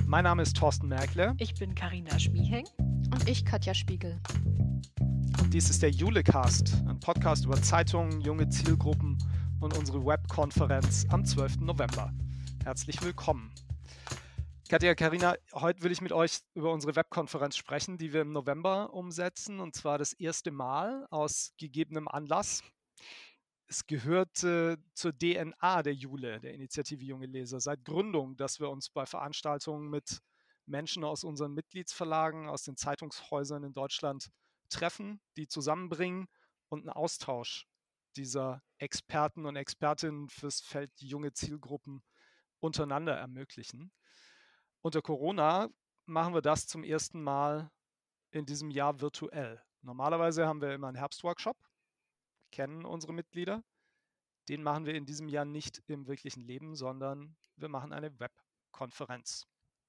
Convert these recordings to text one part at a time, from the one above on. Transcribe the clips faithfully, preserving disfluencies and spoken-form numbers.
Mein Name ist Thorsten Merkle. Ich bin Carina Schmieheng. Und ich, Katja Spiegel. Dies ist der Julecast, ein Podcast über Zeitungen, junge Zielgruppen und unsere Webkonferenz am zwölften November. Herzlich willkommen. Katja, Carina, heute will ich mit euch über unsere Webkonferenz sprechen, die wir im November umsetzen, und zwar das erste Mal aus gegebenem Anlass. Es gehört äh, zur D N A der Jule, der Initiative Junge Leser, seit Gründung, dass wir uns bei Veranstaltungen mit Menschen aus unseren Mitgliedsverlagen, aus den Zeitungshäusern in Deutschland treffen, die zusammenbringen und einen Austausch dieser Experten und Expertinnen fürs Feld junge Zielgruppen untereinander ermöglichen. Unter Corona machen wir das zum ersten Mal in diesem Jahr virtuell. Normalerweise haben wir immer einen Herbstworkshop, kennen unsere Mitglieder. Den machen wir in diesem Jahr nicht im wirklichen Leben, sondern wir machen eine Webkonferenz.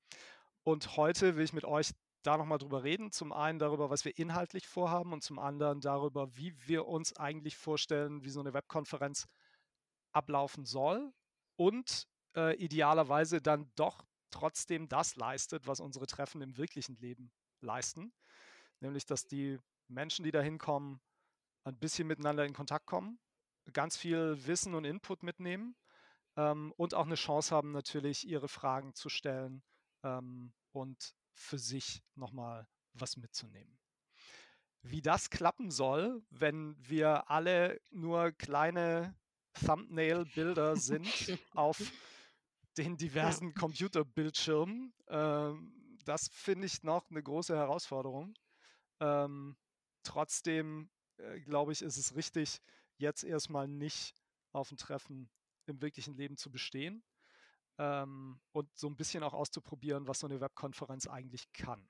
Und heute will ich mit euch da nochmal drüber reden. Zum einen darüber, was wir inhaltlich vorhaben, und zum anderen darüber, wie wir uns eigentlich vorstellen, wie so eine Webkonferenz ablaufen soll und äh, idealerweise dann doch trotzdem das leistet, was unsere Treffen im wirklichen Leben leisten. Nämlich, dass die Menschen, die da hinkommen, ein bisschen miteinander in Kontakt kommen, ganz viel Wissen und Input mitnehmen ähm, und auch eine Chance haben, natürlich ihre Fragen zu stellen ähm, und für sich nochmal was mitzunehmen. Wie das klappen soll, wenn wir alle nur kleine Thumbnail-Bilder sind auf den diversen ja. Computerbildschirmen, ähm, das finde ich noch eine große Herausforderung. Ähm, trotzdem äh, glaube ich, ist es richtig, jetzt erstmal nicht auf ein Treffen im wirklichen Leben zu bestehen ähm, und so ein bisschen auch auszuprobieren, was so eine Webkonferenz eigentlich kann.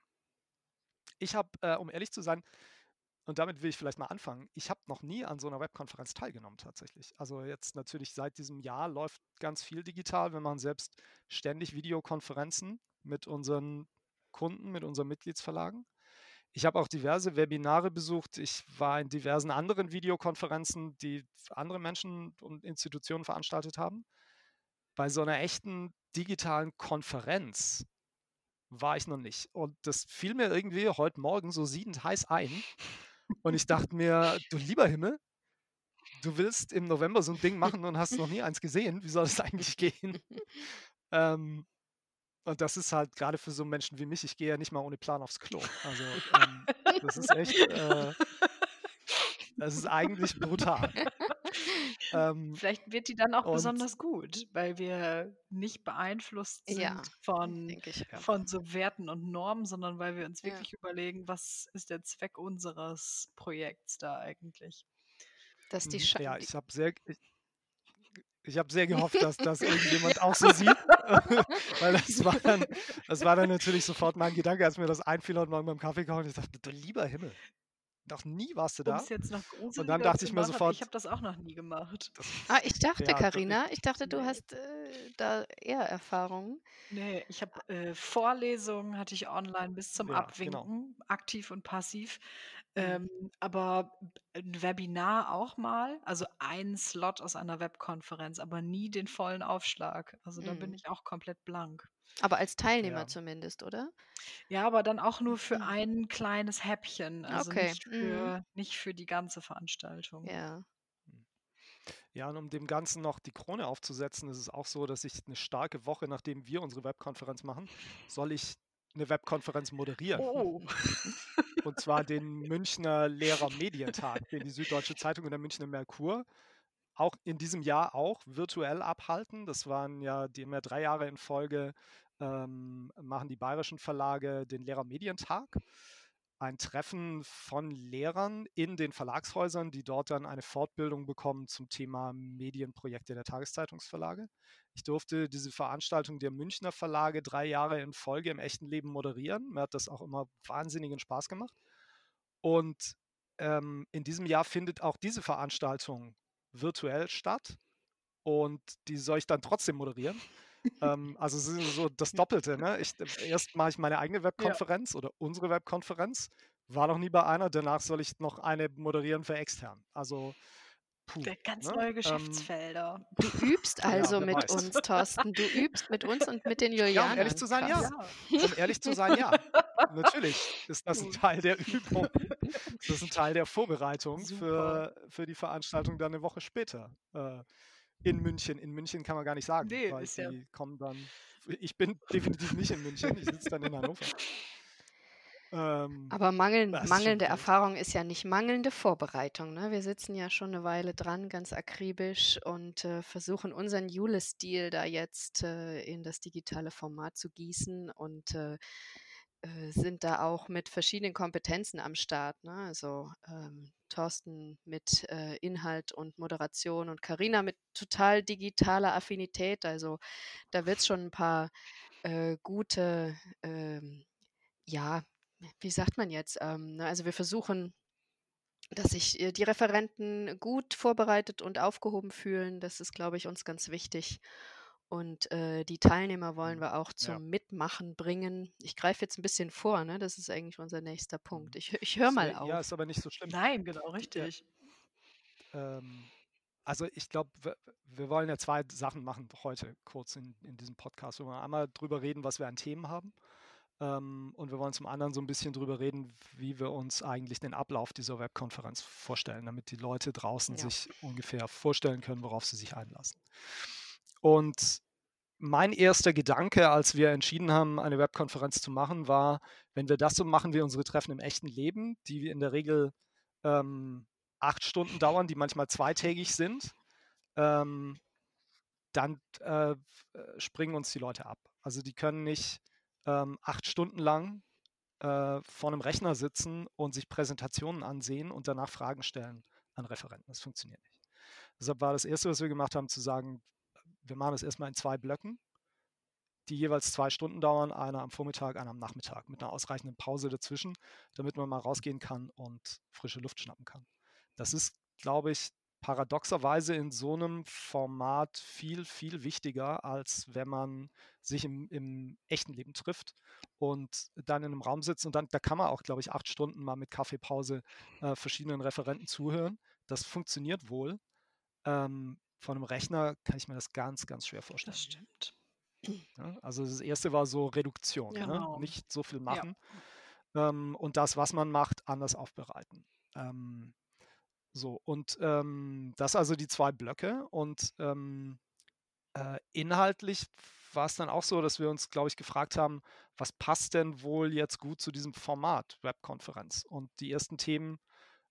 Ich habe, äh, um ehrlich zu sein, und damit will ich vielleicht mal anfangen, ich habe noch nie an so einer Webkonferenz teilgenommen tatsächlich. Also jetzt natürlich seit diesem Jahr läuft ganz viel digital. Wir machen selbst ständig Videokonferenzen mit unseren Kunden, mit unseren Mitgliedsverlagen. Ich habe auch diverse Webinare besucht. Ich war in diversen anderen Videokonferenzen, die andere Menschen und Institutionen veranstaltet haben. Bei so einer echten digitalen Konferenz war ich noch nicht. Und das fiel mir irgendwie heute Morgen so siedend heiß ein. Und ich dachte mir, du lieber Himmel, du willst im November so ein Ding machen und hast noch nie eins gesehen. Wie soll das eigentlich gehen? ähm, Und das ist halt gerade für so Menschen wie mich, ich gehe ja nicht mal ohne Plan aufs Klo. Also ähm, das ist echt, äh, das ist eigentlich brutal. Ähm, Vielleicht wird die dann auch besonders gut, weil wir nicht beeinflusst sind ja, von, ich, ja. von so Werten und Normen, sondern weil wir uns wirklich ja. überlegen, was ist der Zweck unseres Projekts da eigentlich. Dass die Sch- ja, ich habe sehr... Ich, Ich habe sehr gehofft, dass das irgendjemand auch so sieht, weil das war, dann, das war dann natürlich sofort mein Gedanke, als mir das einfiel heute Morgen beim Kaffee kochen. Ich dachte, du lieber Himmel, noch nie warst du da. Jetzt noch und dann dachte ich mir machen, sofort... Ich habe das auch noch nie gemacht. Das, ah, ich dachte, ja, Carina, ich dachte, du nee. hast äh, da eher Erfahrungen. Nee, ich habe äh, Vorlesungen, hatte ich online bis zum ja, Abwinken, genau. aktiv und passiv. Ähm, aber ein Webinar auch mal, also ein Slot aus einer Webkonferenz, aber nie den vollen Aufschlag. Also da mhm. bin ich auch komplett blank. Aber als Teilnehmer ja. zumindest, oder? Ja, aber dann auch nur für ein kleines Häppchen, also okay. nicht, für, mhm. nicht für die ganze Veranstaltung. Ja. Ja, und um dem Ganzen noch die Krone aufzusetzen, ist es auch so, dass ich eine starke Woche, nachdem wir unsere Webkonferenz machen, soll ich eine Webkonferenz moderieren. Oh. Und zwar den Münchner Lehrermedientag, den die Süddeutsche Zeitung und der Münchner Merkur auch in diesem Jahr auch virtuell abhalten. Das waren ja, die haben ja drei Jahre in Folge, ähm, machen die bayerischen Verlage den Lehrermedientag. Ein Treffen von Lehrern in den Verlagshäusern, die dort dann eine Fortbildung bekommen zum Thema Medienprojekte der Tageszeitungsverlage. Ich durfte diese Veranstaltung der Münchner Verlage drei Jahre in Folge im echten Leben moderieren. Mir hat das auch immer wahnsinnigen Spaß gemacht. Und ähm, in diesem Jahr findet auch diese Veranstaltung virtuell statt. Und die soll ich dann trotzdem moderieren. ähm, also es ist so das Doppelte. Ne? Ich, erst mache ich meine eigene Webkonferenz ja. oder unsere Webkonferenz. War noch nie bei einer. Danach soll ich noch eine moderieren für extern. Also puh. Der ganz Ne? neue Ähm, Geschäftsfelder. Du übst ja, also wer mit weiß. uns, Thorsten. Du übst mit uns und mit den Ja, um ehrlich Julianern. zu sein, ja. Krass. Ja, Um ehrlich zu sein, ja. Natürlich ist das ein gut. Teil der Übung. Das ist ein Teil der Vorbereitung Super. für, für die Veranstaltung dann eine Woche später. Äh, in München. In München kann man gar nicht sagen, Nee, weil ist ja. die kommen dann. Ich bin definitiv nicht in München, ich sitze dann in Hannover. Ähm, Aber mangeln, das ist schon mangelnde verrückt. Erfahrung ist ja nicht mangelnde Vorbereitung. Ne? Wir sitzen ja schon eine Weile dran, ganz akribisch und äh, versuchen unseren Jule-Stil da jetzt äh, in das digitale Format zu gießen und äh, äh, sind da auch mit verschiedenen Kompetenzen am Start. Ne? Also ähm, Thorsten mit äh, Inhalt und Moderation und Karina mit total digitaler Affinität. Also da wird es schon ein paar äh, gute, ähm, ja, wie sagt man jetzt? Ähm, ne, also wir versuchen, dass sich äh, die Referenten gut vorbereitet und aufgehoben fühlen. Das ist, glaube ich, uns ganz wichtig. Und äh, die Teilnehmer wollen Mhm. wir auch Ja. zum Mitmachen bringen. Ich greife jetzt ein bisschen vor, ne? Das ist eigentlich unser nächster Punkt. Mhm. Ich, ich höre Ist, mal äh, ja, auf. ist aber nicht so schlimm. Nein, genau, Die, äh, richtig. ähm, also ich glaube, wir, wir wollen ja zwei Sachen machen heute kurz in, in diesem Podcast. Wir wollen einmal drüber reden, was wir an Themen haben. Ähm, und wir wollen zum anderen so ein bisschen drüber reden, wie wir uns eigentlich den Ablauf dieser Webkonferenz vorstellen, damit die Leute draußen Ja. sich ungefähr vorstellen können, worauf sie sich einlassen. Und mein erster Gedanke, als wir entschieden haben, eine Webkonferenz zu machen, war, wenn wir das so machen wie unsere Treffen im echten Leben, die in der Regel ähm, acht Stunden dauern, die manchmal zweitägig sind, ähm, dann äh, springen uns die Leute ab. Also die können nicht ähm, acht Stunden lang äh, vor einem Rechner sitzen und sich Präsentationen ansehen und danach Fragen stellen an Referenten. Das funktioniert nicht. Deshalb war das Erste, was wir gemacht haben, zu sagen, wir machen das erstmal in zwei Blöcken, die jeweils zwei Stunden dauern, einer am Vormittag, einer am Nachmittag, mit einer ausreichenden Pause dazwischen, damit man mal rausgehen kann und frische Luft schnappen kann. Das ist, glaube ich, paradoxerweise in so einem Format viel, viel wichtiger, als wenn man sich im, im echten Leben trifft und dann in einem Raum sitzt. Und dann, da kann man auch, glaube ich, acht Stunden mal mit Kaffeepause äh, verschiedenen Referenten zuhören. Das funktioniert wohl. Ähm, von einem Rechner kann ich mir das ganz, ganz schwer vorstellen. Das stimmt. Ja, also das erste war so Reduktion, Ja. ne? Genau. Nicht so viel Ja. machen ähm, und das, was man macht, anders aufbereiten. Ähm, so, und ähm, das also die zwei Blöcke und ähm, äh, inhaltlich war es dann auch so, dass wir uns, glaube ich, gefragt haben, was passt denn wohl jetzt gut zu diesem Format Webkonferenz? Und die ersten Themen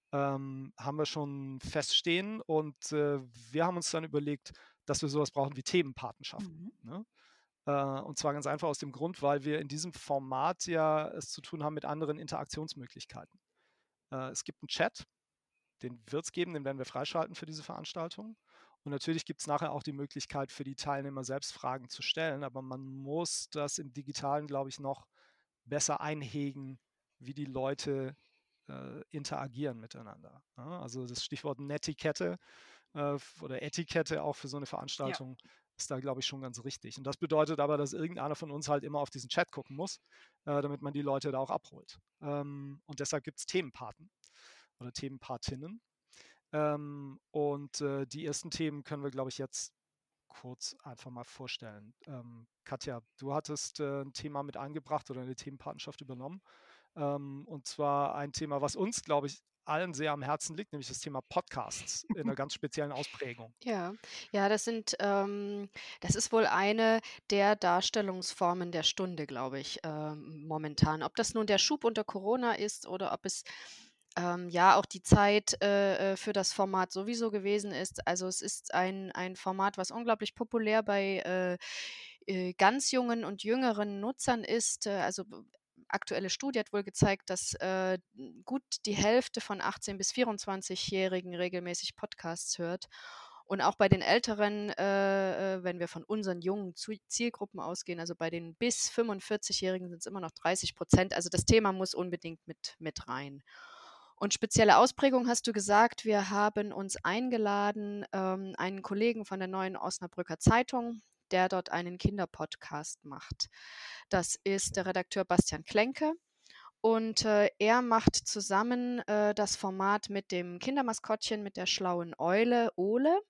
ähm, haben wir schon feststehen und äh, wir haben uns dann überlegt, dass wir sowas brauchen wie Themenpatenschaften. Mhm. Ne? Äh, und zwar ganz einfach aus dem Grund, weil wir in diesem Format ja es zu tun haben mit anderen Interaktionsmöglichkeiten. Äh, es gibt einen Chat, den wird es geben, den werden wir freischalten für diese Veranstaltung. Und natürlich gibt es nachher auch die Möglichkeit für die Teilnehmer selbst Fragen zu stellen, aber man muss das im Digitalen, glaube ich, noch besser einhegen, wie die Leute äh, interagieren miteinander. Ja, also das Stichwort Netiquette äh, oder Etikette auch für so eine Ja. Veranstaltung ist da, glaube ich, schon ganz richtig. Und das bedeutet aber, dass irgendeiner von uns halt immer auf diesen Chat gucken muss, äh, damit man die Leute da auch abholt. Ähm, und deshalb gibt es Themenpaten oder Themenpatinnen. Ähm, und äh, die ersten Themen können wir, glaube ich, jetzt kurz einfach mal vorstellen. Ähm, Katja, du hattest äh, ein Thema mit eingebracht oder eine Themenpatenschaft übernommen. Ähm, und zwar ein Thema, was uns, glaube ich, allen sehr am Herzen liegt, nämlich das Thema Podcasts in einer ganz speziellen Ausprägung. Ja, ja, das sind, ähm, das ist wohl eine der Darstellungsformen der Stunde, glaube ich, ähm, momentan. Ob das nun der Schub unter Corona ist oder ob es ähm, ja auch die Zeit äh, äh, für das Format sowieso gewesen ist. Also es ist ein, ein Format, was unglaublich populär bei äh, äh, ganz jungen und jüngeren Nutzern ist. Äh, also b- aktuelle Studie hat wohl gezeigt, dass äh, gut die Hälfte von achtzehn- bis vierundzwanzig-Jährigen regelmäßig Podcasts hört. Und auch bei den Älteren, äh, äh, wenn wir von unseren jungen Zu- Zielgruppen ausgehen, also bei den bis fünfundvierzig-Jährigen sind es immer noch dreißig Prozent. Also das Thema muss unbedingt mit, mit rein. Und spezielle Ausprägung hast du gesagt, wir haben uns eingeladen, ähm, einen Kollegen von der Neuen Osnabrücker Zeitung, der dort einen Kinderpodcast macht. Das ist der Redakteur Bastian Klenke. Und äh, er macht zusammen äh, das Format mit dem Kindermaskottchen, mit der schlauen Eule Ole.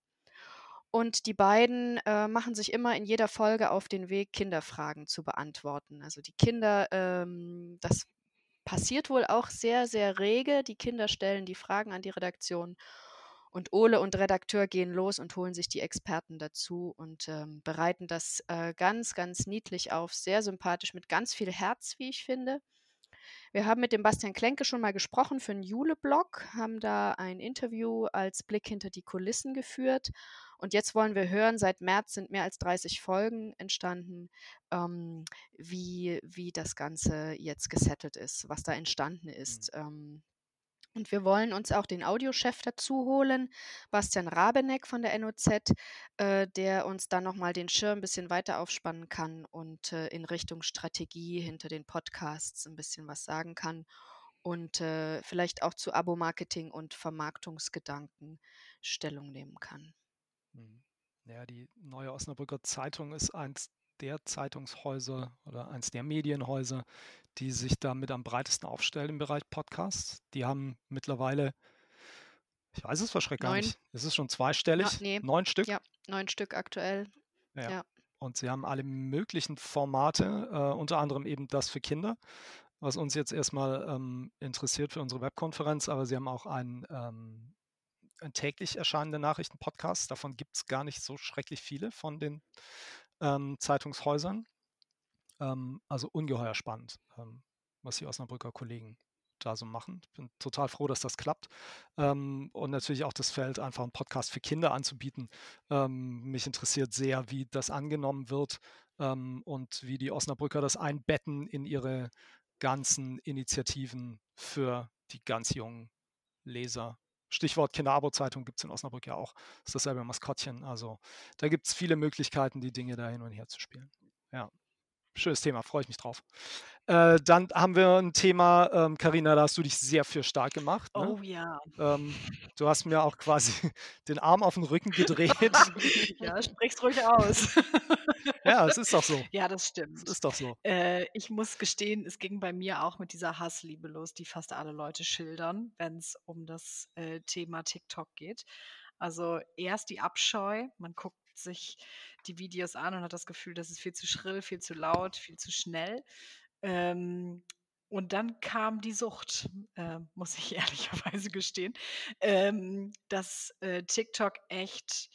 Und die beiden äh, machen sich immer in jeder Folge auf den Weg, Kinderfragen zu beantworten. Also die Kinder, ähm, das passiert wohl auch sehr, sehr rege. Die Kinder stellen die Fragen an die Redaktion und Ole und Redakteur gehen los und holen sich die Experten dazu und ähm, bereiten das äh, ganz, ganz niedlich auf, sehr sympathisch, mit ganz viel Herz, wie ich finde. Wir haben mit dem Bastian Klenke schon mal gesprochen für 'n Jule-Blog, haben da ein Interview als Blick hinter die Kulissen geführt. Und jetzt wollen wir hören, seit März sind mehr als dreißig Folgen entstanden, ähm, wie wie das Ganze jetzt gesettelt ist, was da entstanden Mhm. ist. Ähm, und wir wollen uns auch den Audiochef dazu holen, Bastian Rabeneck von der N O Z, äh, der uns dann noch mal den Schirm 'n bisschen weiter aufspannen kann und äh, in Richtung Strategie hinter den Podcasts 'n bisschen was sagen kann und äh, vielleicht auch zu Abo-Marketing und Vermarktungsgedanken Stellung nehmen kann. Mhm. Ja, die Neue Osnabrücker Zeitung ist eins der Zeitungshäuser oder eins der Medienhäuser, die sich damit am breitesten aufstellen im Bereich Podcasts. Die haben mittlerweile, ich weiß es vor Schreck gar Neun. nicht, ist es schon Na, zweistellig? ne, Neun Stück? ja, neun Stück aktuell. Ja. Ja. Und sie haben alle möglichen Formate, äh, unter anderem eben das für Kinder, was uns jetzt erstmal ähm, interessiert für unsere Webkonferenz, aber sie haben auch einen, ähm, einen täglich erscheinenden Nachrichten-Podcast. Davon gibt es gar nicht so schrecklich viele von den ähm, Zeitungshäusern. Ähm, also ungeheuer spannend, ähm, was die Osnabrücker Kollegen da so machen. Ich bin total froh, dass das klappt. Ähm, und natürlich auch das Feld, einfach einen Podcast für Kinder anzubieten. Ähm, mich interessiert sehr, wie das angenommen wird ähm, und wie die Osnabrücker das einbetten in ihre ganzen Initiativen für die ganz jungen Leser. Stichwort Kinderabo-Zeitung gibt es in Osnabrück ja auch. Das ist dasselbe Maskottchen. Also da gibt es viele Möglichkeiten, die Dinge da hin und her zu spielen. Ja. Schönes Thema, freue ich mich drauf. Äh, dann haben wir ein Thema, ähm, Carina, da hast du dich sehr für stark gemacht. Ne? Oh ja. Ähm, du hast mir auch quasi den Arm auf den Rücken gedreht. Ja, sprich's ruhig aus. Ja, es ist doch so. Ja, das Es stimmt. ist doch so. Äh, ich muss gestehen, es ging bei mir auch mit dieser Hassliebe los, die fast alle Leute schildern, wenn's um das äh, Thema TikTok geht. Also erst die Abscheu, man guckt sich die Videos an und hat das Gefühl, das ist viel zu schrill, viel zu laut, viel zu schnell. Ähm, und dann kam die Sucht, äh, muss ich ehrlicherweise gestehen, ähm, dass äh, TikTok echt,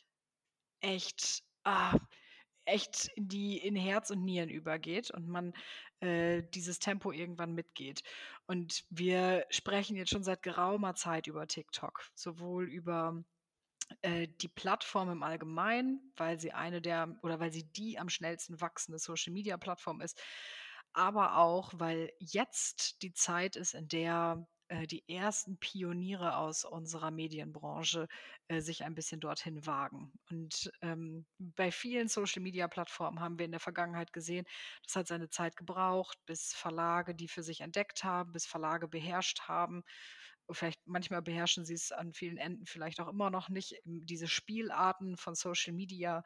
echt, ah, echt in die in Herz und Nieren übergeht und man äh, dieses Tempo irgendwann mitgeht. Und wir sprechen jetzt schon seit geraumer Zeit über TikTok, sowohl über äh, die Plattform im Allgemeinen, weil sie eine der oder weil sie die am schnellsten wachsende Social-Media-Plattform ist, aber auch, weil jetzt die Zeit ist, in der äh, die ersten Pioniere aus unserer Medienbranche äh, sich ein bisschen dorthin wagen. Und ähm, bei vielen Social-Media-Plattformen haben wir in der Vergangenheit gesehen, das hat seine Zeit gebraucht, bis Verlage die für sich entdeckt haben, bis Verlage beherrscht haben. Vielleicht manchmal beherrschen sie es an vielen Enden vielleicht auch immer noch nicht, ähm, diese Spielarten von Social Media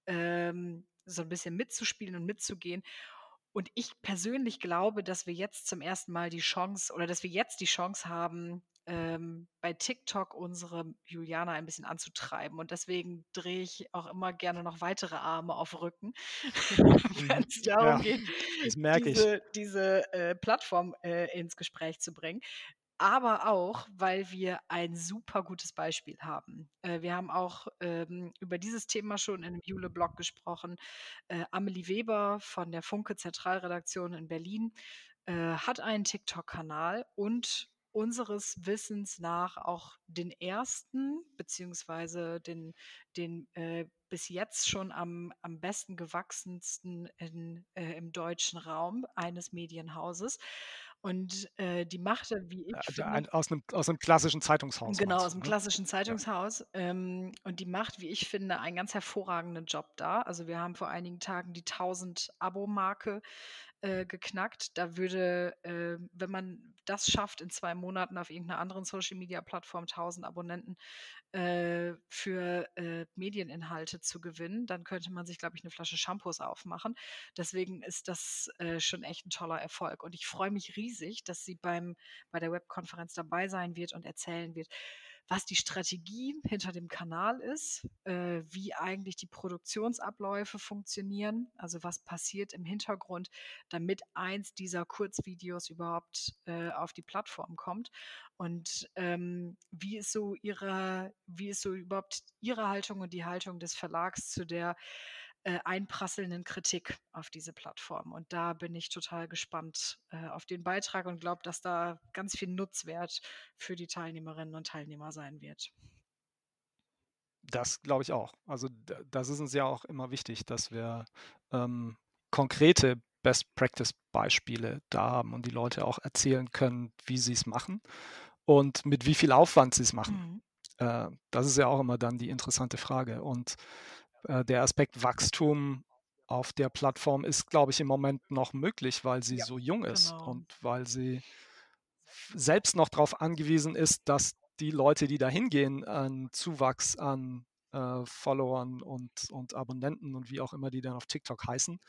ähm, so ein bisschen mitzuspielen und mitzugehen. Und ich persönlich glaube, dass wir jetzt zum ersten Mal die Chance oder dass wir jetzt die Chance haben, ähm, bei TikTok unsere Juliana ein bisschen anzutreiben. Und deswegen drehe ich auch immer gerne noch weitere Arme auf Rücken, wenn es Ja, darum geht, das merke ich. diese diese äh, Plattform äh, ins Gespräch zu bringen. Aber auch, weil wir ein super gutes Beispiel haben. Äh, wir haben auch ähm, über dieses Thema schon in 'nem Jule-Blog gesprochen. Äh, Amelie Weber von der Funke Zentralredaktion in Berlin äh, hat einen TikTok-Kanal und unseres Wissens nach auch den ersten, beziehungsweise den den äh, bis jetzt schon am am besten gewachsensten in äh, im deutschen Raum eines Medienhauses. Und äh, die macht er, wie ich Äh, der finde ein, aus, einem, aus einem klassischen Zeitungshaus, Genau, meinst aus du, dem ne? klassischen Ja. Zeitungshaus. Ähm, und die macht, wie ich finde, einen ganz hervorragenden Job da. Also wir haben vor einigen Tagen die tausend Abo-Marke äh, geknackt. Da würde, äh, wenn man das schafft, in zwei Monaten auf irgendeiner anderen Social-Media-Plattform tausend Abonnenten äh, für äh, Medieninhalte zu gewinnen, dann könnte man sich, glaube ich, eine Flasche Shampoos aufmachen. Deswegen ist das äh, schon echt ein toller Erfolg. Und ich freue mich riesig, dass sie beim, bei der Webkonferenz dabei sein wird und erzählen wird, was die Strategie hinter dem Kanal ist, äh, wie eigentlich die Produktionsabläufe funktionieren, also was passiert im Hintergrund, damit eins dieser Kurzvideos überhaupt äh, auf die Plattform kommt. Und ähm, wie ist so ihre, wie ist so überhaupt Ihre Haltung und die Haltung des Verlags zu der äh, einprasselnden Kritik auf diese Plattform? Und da bin ich total gespannt äh, auf den Beitrag und glaube, dass da ganz viel Nutzwert für die Teilnehmerinnen und Teilnehmer sein wird. Das glaube ich auch. Also d- das ist uns ja auch immer wichtig, dass wir ähm, konkrete Best-Practice-Beispiele da haben und die Leute auch erzählen können, wie sie es machen und mit wie viel Aufwand sie es machen. Mhm. Äh, das ist ja auch immer dann die interessante Frage. Und äh, der Aspekt Wachstum auf der Plattform ist, glaube ich, im Moment noch möglich, weil sie Ja, so jung ist genau. und weil sie f- selbst noch darauf angewiesen ist, dass die Leute, die da hingehen, einen Zuwachs an äh, Followern und, und Abonnenten und wie auch immer die dann auf TikTok heißen.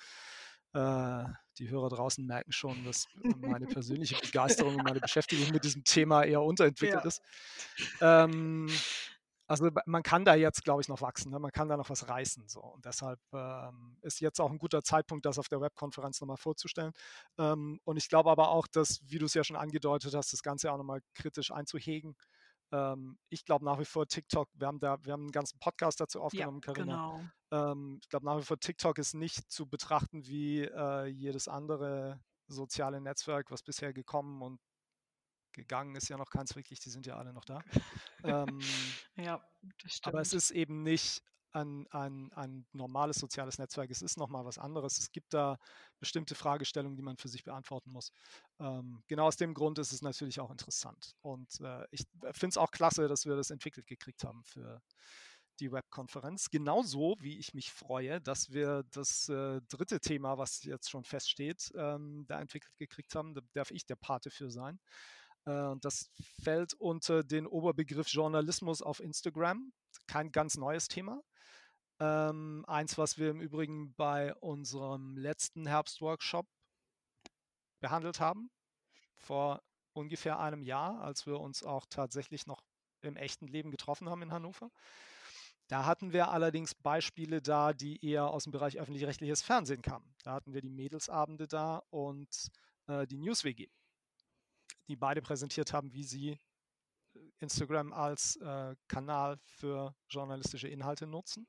Äh, die Hörer draußen merken schon, dass meine persönliche Begeisterung und meine Beschäftigung mit diesem Thema eher unterentwickelt Ja. ist. Ähm, also ba- man kann da jetzt, glaube ich, noch wachsen. Ne? Man kann da noch was reißen. So. Und deshalb ähm, ist jetzt auch ein guter Zeitpunkt, das auf der Webkonferenz nochmal vorzustellen. Ähm, und ich glaube aber auch, dass, wie du es ja schon angedeutet hast, das Ganze auch nochmal kritisch einzuhegen. Ähm, ich glaube nach wie vor TikTok, wir haben da, wir haben einen ganzen Podcast dazu Ja, aufgenommen, Carina. genau. Ähm, ich glaube nach wie vor TikTok ist nicht zu betrachten wie äh, jedes andere soziale Netzwerk, was bisher gekommen und gegangen ist, ja noch keins wirklich, die sind ja alle noch da. Ähm, Ja, das aber es stimmt. ist eben nicht ein, ein, ein normales soziales Netzwerk, es ist nochmal was anderes. Es gibt da bestimmte Fragestellungen, die man für sich beantworten muss. Ähm, genau aus dem Grund ist es natürlich auch interessant. Und äh, ich finde es auch klasse, dass wir das entwickelt gekriegt haben für die Webkonferenz. Genauso wie ich mich freue, dass wir das äh, dritte Thema, was jetzt schon feststeht, ähm, da entwickelt gekriegt haben. Da darf ich der Pate für sein. Äh, und das fällt unter den Oberbegriff Journalismus auf Instagram. Kein ganz neues Thema. Ähm, eins, was wir im Übrigen bei unserem letzten Herbstworkshop behandelt haben, vor ungefähr einem Jahr, als wir uns auch tatsächlich noch im echten Leben getroffen haben in Hannover. Da hatten wir allerdings Beispiele da, die eher aus dem Bereich öffentlich-rechtliches Fernsehen kamen. Da hatten wir die Mädelsabende da und äh, die News-W G, die beide präsentiert haben, wie sie Instagram als äh, Kanal für journalistische Inhalte nutzen.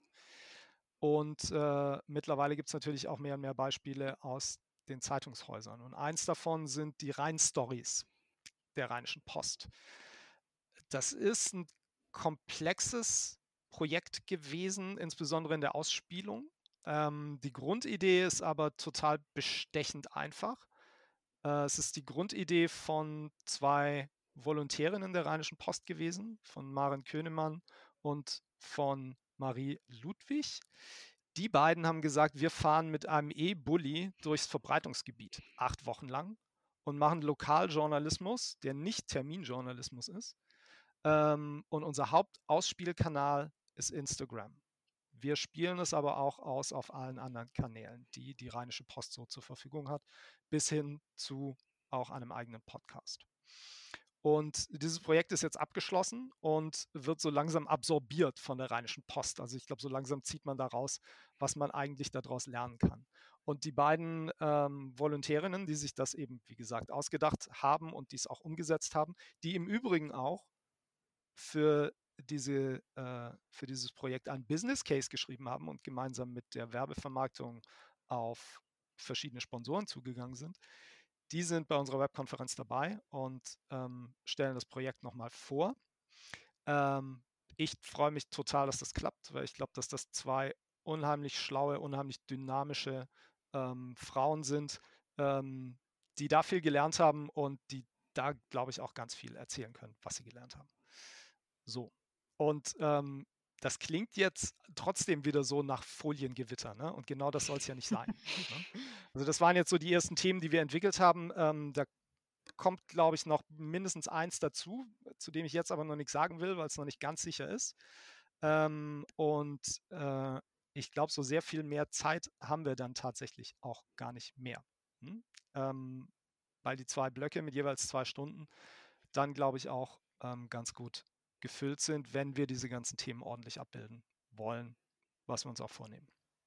Und äh, mittlerweile gibt es natürlich auch mehr und mehr Beispiele aus den Zeitungshäusern. Und eins davon sind die Rhein-Stories der Rheinischen Post. Das ist ein komplexes Projekt gewesen, insbesondere in der Ausspielung. Ähm, die Grundidee ist aber total bestechend einfach. Äh, es ist die Grundidee von zwei Volontärinnen der Rheinischen Post gewesen, von Maren Könemann und von Marie Ludwig. Die beiden haben gesagt, wir fahren mit einem E-Bulli durchs Verbreitungsgebiet acht Wochen lang und machen Lokaljournalismus, der nicht Terminjournalismus ist. Ähm, und unser Hauptausspielkanal ist Instagram. Wir spielen es aber auch aus auf allen anderen Kanälen, die die Rheinische Post so zur Verfügung hat, bis hin zu auch einem eigenen Podcast. Und dieses Projekt ist jetzt abgeschlossen und wird so langsam absorbiert von der Rheinischen Post. Also ich glaube, so langsam zieht man daraus, was man eigentlich daraus lernen kann. Und die beiden ähm, Volontärinnen, die sich das eben, wie gesagt, ausgedacht haben und dies auch umgesetzt haben, die im Übrigen auch für, diese, äh, für dieses Projekt einen Business Case geschrieben haben und gemeinsam mit der Werbevermarktung auf verschiedene Sponsoren zugegangen sind. Die sind bei unserer Webkonferenz dabei und ähm, stellen das Projekt nochmal vor. Ähm, ich freue mich total, dass das klappt, weil ich glaube, dass das zwei unheimlich schlaue, unheimlich dynamische ähm, Frauen sind, ähm, die da viel gelernt haben und die da, glaube ich, auch ganz viel erzählen können, was sie gelernt haben. So. Und ähm, das klingt jetzt trotzdem wieder so nach Foliengewitter, ne? Und genau das soll es ja nicht sein. Ne? Also das waren jetzt so die ersten Themen, die wir entwickelt haben. Ähm, da kommt, glaube ich, noch mindestens eins dazu, zu dem ich jetzt aber noch nichts sagen will, weil es noch nicht ganz sicher ist. Ähm, und äh, ich glaube, so sehr viel mehr Zeit haben wir dann tatsächlich auch gar nicht mehr. Hm? Ähm, weil die zwei Blöcke mit jeweils zwei Stunden dann, glaube ich, auch ähm, ganz gut gefüllt sind, wenn wir diese ganzen Themen ordentlich abbilden wollen, was wir uns auch vornehmen.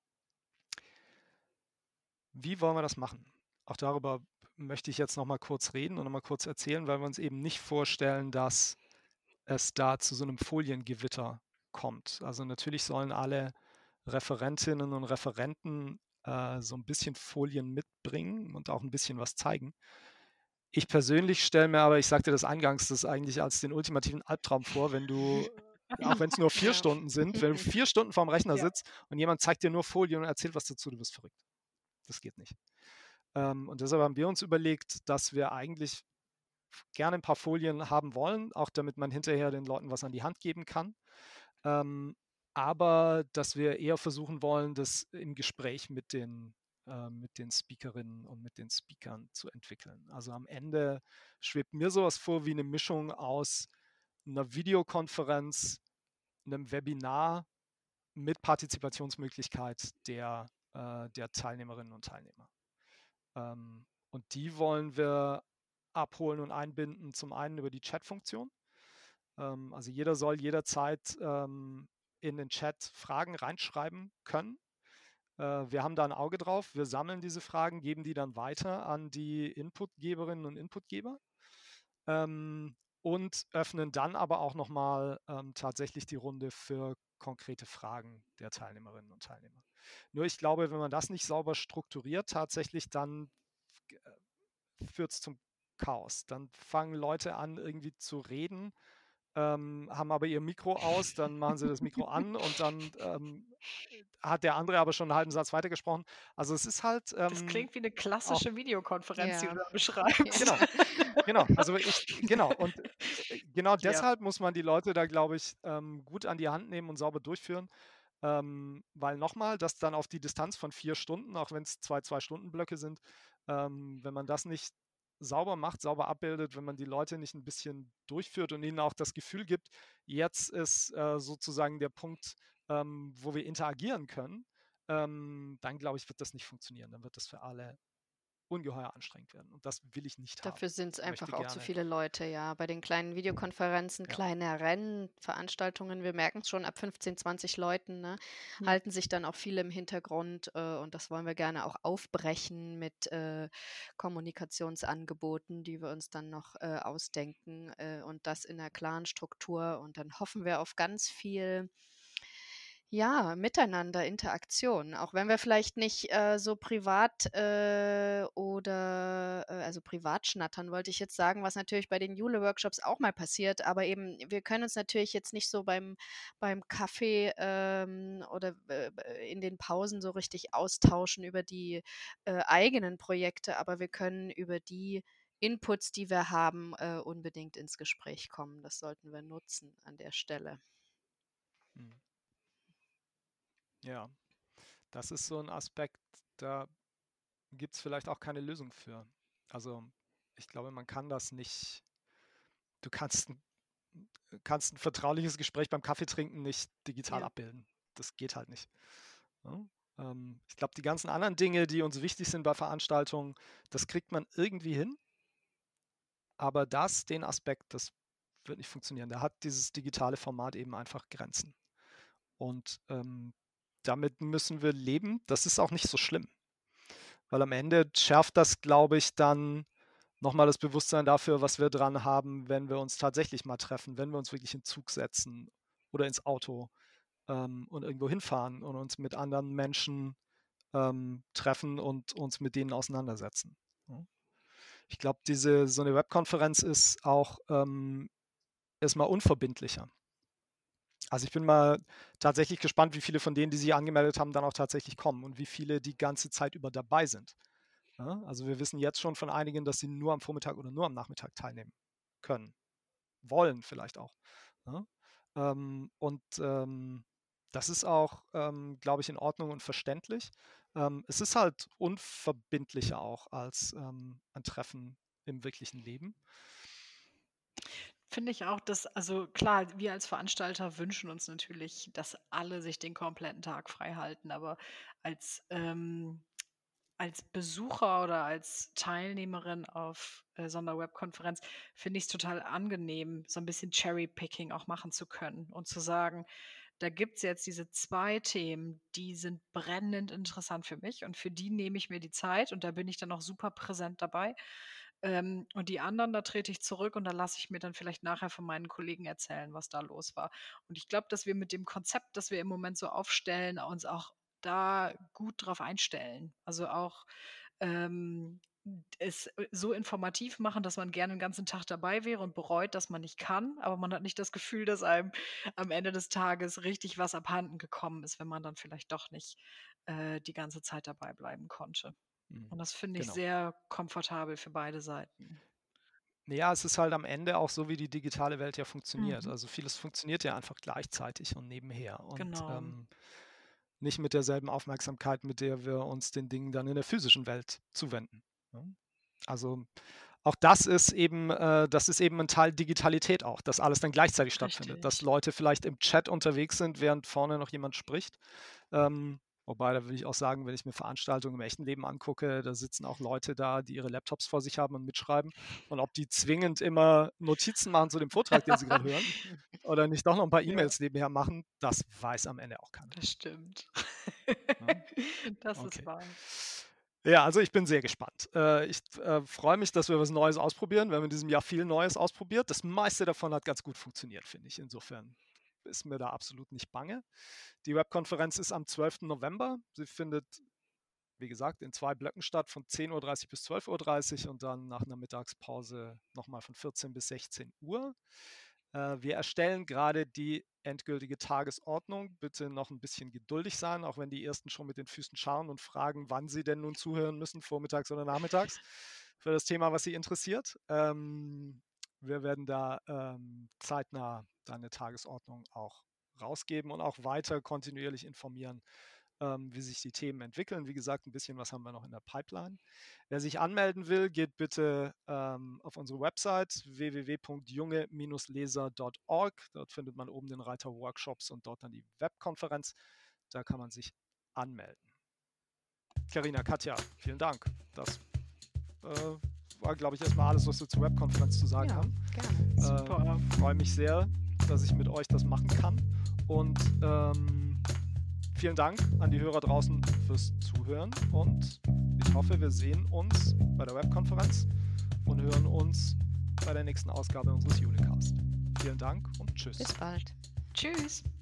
Wie wollen wir das machen? Auch darüber möchte ich jetzt noch mal kurz reden und noch mal kurz erzählen, weil wir uns eben nicht vorstellen, dass es da zu so einem Foliengewitter kommt. Also natürlich sollen alle Referentinnen und Referenten äh, so ein bisschen Folien mitbringen und auch ein bisschen was zeigen. Ich persönlich stelle mir aber, ich sagte das eingangs, das eigentlich als den ultimativen Albtraum vor, wenn du, auch wenn es nur vier Ja. Stunden sind, wenn du vier Stunden vorm Rechner Ja. sitzt und jemand zeigt dir nur Folien und erzählt was dazu, du bist verrückt. Das geht nicht. Ähm, und deshalb haben wir uns überlegt, dass wir eigentlich gerne ein paar Folien haben wollen, auch damit man hinterher den Leuten was an die Hand geben kann. Ähm, aber dass wir eher versuchen wollen, das im Gespräch mit den, äh, mit den Speakerinnen und mit den Speakern zu entwickeln. Also am Ende schwebt mir sowas vor wie eine Mischung aus einer Videokonferenz, einem Webinar mit Partizipationsmöglichkeit der, äh, der Teilnehmerinnen und Teilnehmer. Ähm, und die wollen wir abholen und einbinden, zum einen über die Chat-Funktion. Ähm, also jeder soll jederzeit ähm, in den Chat Fragen reinschreiben können. Äh, wir haben da ein Auge drauf. Wir sammeln diese Fragen, geben die dann weiter an die Inputgeberinnen und Inputgeber ähm, und öffnen dann aber auch nochmal ähm, tatsächlich die Runde für konkrete Fragen der Teilnehmerinnen und Teilnehmer. Nur ich glaube, wenn man das nicht sauber strukturiert, tatsächlich dann führt es zum Chaos. Dann fangen Leute an, irgendwie zu reden, ähm, haben aber ihr Mikro aus, dann machen sie das Mikro an und dann ähm, hat der andere aber schon einen halben Satz weitergesprochen. Also es ist halt Das ähm, klingt wie eine auch klassische Videokonferenz, die du Ja. da Ja. beschreibst. genau, genau. Also ich genau und äh, genau Ja. deshalb muss man die Leute da, glaube ich, ähm, gut an die Hand nehmen und sauber durchführen. Ähm, weil nochmal, das dann auf die Distanz von vier Stunden, auch wenn es zwei Zwei-Stunden-Blöcke sind, ähm, wenn man das nicht sauber macht, sauber abbildet, wenn man die Leute nicht ein bisschen durchführt und ihnen auch das Gefühl gibt, jetzt ist äh, sozusagen der Punkt, ähm, wo wir interagieren können, ähm, dann glaube ich, wird das nicht funktionieren. Dann wird das für alle ungeheuer anstrengend werden. Und das will ich nicht haben. Dafür sind es Ich einfach möchte auch zu gerne, viele Leute, ja. Bei den kleinen Videokonferenzen, ja, kleineren Veranstaltungen, wir merken es schon, ab fünfzehn, zwanzig Leuten, ne, Hm. halten sich dann auch viele im Hintergrund äh, und das wollen wir gerne auch aufbrechen mit äh, Kommunikationsangeboten, die wir uns dann noch äh, ausdenken äh, und das in einer klaren Struktur und dann hoffen wir auf ganz viel ja, Miteinander, Interaktion. Auch wenn wir vielleicht nicht äh, so privat äh, oder äh, also privat schnattern, wollte ich jetzt sagen, was natürlich bei den Jule-Workshops auch mal passiert, aber eben, wir können uns natürlich jetzt nicht so beim, beim Kaffee ähm, oder äh, in den Pausen so richtig austauschen über die äh, eigenen Projekte, aber wir können über die Inputs, die wir haben, äh, unbedingt ins Gespräch kommen. Das sollten wir nutzen an der Stelle. hm, ja, das ist so ein Aspekt, da gibt es vielleicht auch keine Lösung für. Also ich glaube, man kann das nicht, du kannst, ein- kannst ein vertrauliches Gespräch beim Kaffeetrinken nicht digital Ja. abbilden. Das geht halt nicht. Ja? Ähm, ich glaube, die ganzen anderen Dinge, die uns wichtig sind bei Veranstaltungen, das kriegt man irgendwie hin. Aber das, den Aspekt, das wird nicht funktionieren. Da hat dieses digitale Format eben einfach Grenzen. Und ähm, damit müssen wir leben. Das ist auch nicht so schlimm. Weil am Ende schärft das, glaube ich, dann nochmal das Bewusstsein dafür, was wir dran haben, wenn wir uns tatsächlich mal treffen, wenn wir uns wirklich in den Zug setzen oder ins Auto ähm, und irgendwo hinfahren und uns mit anderen Menschen ähm, treffen und uns mit denen auseinandersetzen. Ja. Ich glaube, diese so eine Webkonferenz ist auch ähm, erstmal unverbindlicher. Also ich bin mal tatsächlich gespannt, wie viele von denen, die sich angemeldet haben, dann auch tatsächlich kommen und wie viele die ganze Zeit über dabei sind. Ja, also wir wissen jetzt schon von einigen, dass sie nur am Vormittag oder nur am Nachmittag teilnehmen können. Wollen vielleicht auch. Ja. Ähm, und ähm, das ist auch, ähm, glaube ich, in Ordnung und verständlich. Ähm, es ist halt unverbindlicher auch als ähm, ein Treffen im wirklichen Leben. Finde ich auch, dass also klar, wir als Veranstalter wünschen uns natürlich, dass alle sich den kompletten Tag frei halten, aber als, ähm als Besucher oder als Teilnehmerin auf, äh, so 'ner Webkonferenz finde ich's total angenehm, so 'n bisschen Cherry-Picking auch machen zu können und zu sagen: „Da gibt's jetzt diese zwei Themen, die sind brennend interessant für mich und für die nehme ich mir die Zeit und da bin ich dann auch super präsent dabei. Ähm, und die anderen, da trete ich zurück und da lasse ich mir dann vielleicht nachher von meinen Kollegen erzählen, was da los war.“ Und ich glaube, dass wir mit dem Konzept, das wir im Moment so aufstellen, uns auch da gut drauf einstellen. Also auch, ähm, es, äh, so informativ machen, dass man gerne 'n ganzen Tag dabei wäre und bereut, dass man nicht kann, aber man hat nicht das Gefühl, dass einem am Ende des Tages richtig was abhanden gekommen ist, wenn man dann vielleicht doch nicht, äh, die ganze Zeit dabei bleiben konnte. Mhm. Und das finde ich Genau. sehr komfortabel für beide Seiten. Ja, es ist halt am Ende auch so, wie die digitale Welt ja funktioniert. Mhm. Also vieles funktioniert ja einfach gleichzeitig und nebenher und Genau. ähm, nicht mit derselben Aufmerksamkeit, mit der wir uns den Dingen dann in der physischen Welt zuwenden. Ne? Also auch das ist eben, äh, das ist eben ein Teil Digitalität auch, dass alles dann gleichzeitig stattfindet, dass Richtig. Leute vielleicht im Chat unterwegs sind, während vorne noch jemand spricht. Ähm, wobei, da würde ich auch sagen, wenn ich mir Veranstaltungen im echten Leben angucke, da sitzen auch Leute da, die ihre Laptops vor sich haben und mitschreiben. Und ob die zwingend immer Notizen machen zu dem Vortrag, den sie gerade hören, oder nicht doch noch ein paar Ja. E-Mails nebenher machen, das weiß am Ende auch keiner. Das stimmt. Ne? Das ist Okay. wahr. Ja, also ich bin sehr gespannt. Äh, ich äh, freue mich, dass wir was Neues ausprobieren. Wir haben in diesem Jahr viel Neues ausprobiert. Das meiste davon hat ganz gut funktioniert, finde ich. Insofern ist mir da absolut nicht bange. Die Webkonferenz ist am zwölften November. Sie findet, wie gesagt, in zwei Blöcken statt, von zehn Uhr dreißig bis zwölf Uhr dreißig und dann nach einer Mittagspause nochmal von vierzehn bis sechzehn Uhr. Äh, wir erstellen gerade die endgültige Tagesordnung. Bitte noch ein bisschen geduldig sein, auch wenn die Ersten schon mit den Füßen schauen und fragen, wann sie denn nun zuhören müssen, vormittags oder nachmittags, für das Thema, was sie interessiert. Ähm, wir werden da ähm, zeitnah dann eine Tagesordnung auch rausgeben und auch weiter kontinuierlich informieren, ähm, wie sich die Themen entwickeln. Wie gesagt, ein bisschen was haben wir noch in der Pipeline. Wer sich anmelden will, geht bitte ähm, auf unsere Website w w w punkt junge leser punkt org. Dort findet man oben den Reiter Workshops und dort dann die Webkonferenz. Da kann man sich anmelden. Carina, Katja, vielen Dank. Das äh, war, glaube ich, erstmal alles, was wir zur Webkonferenz zu sagen Ja, haben. gerne. Super. Ich äh, freue mich sehr, dass ich mit euch das machen kann. Und ähm, vielen Dank an die Hörer draußen fürs Zuhören und ich hoffe, wir sehen uns bei der Webkonferenz und hören uns bei der nächsten Ausgabe unseres Julecast. Vielen Dank und tschüss. Bis bald. Tschüss.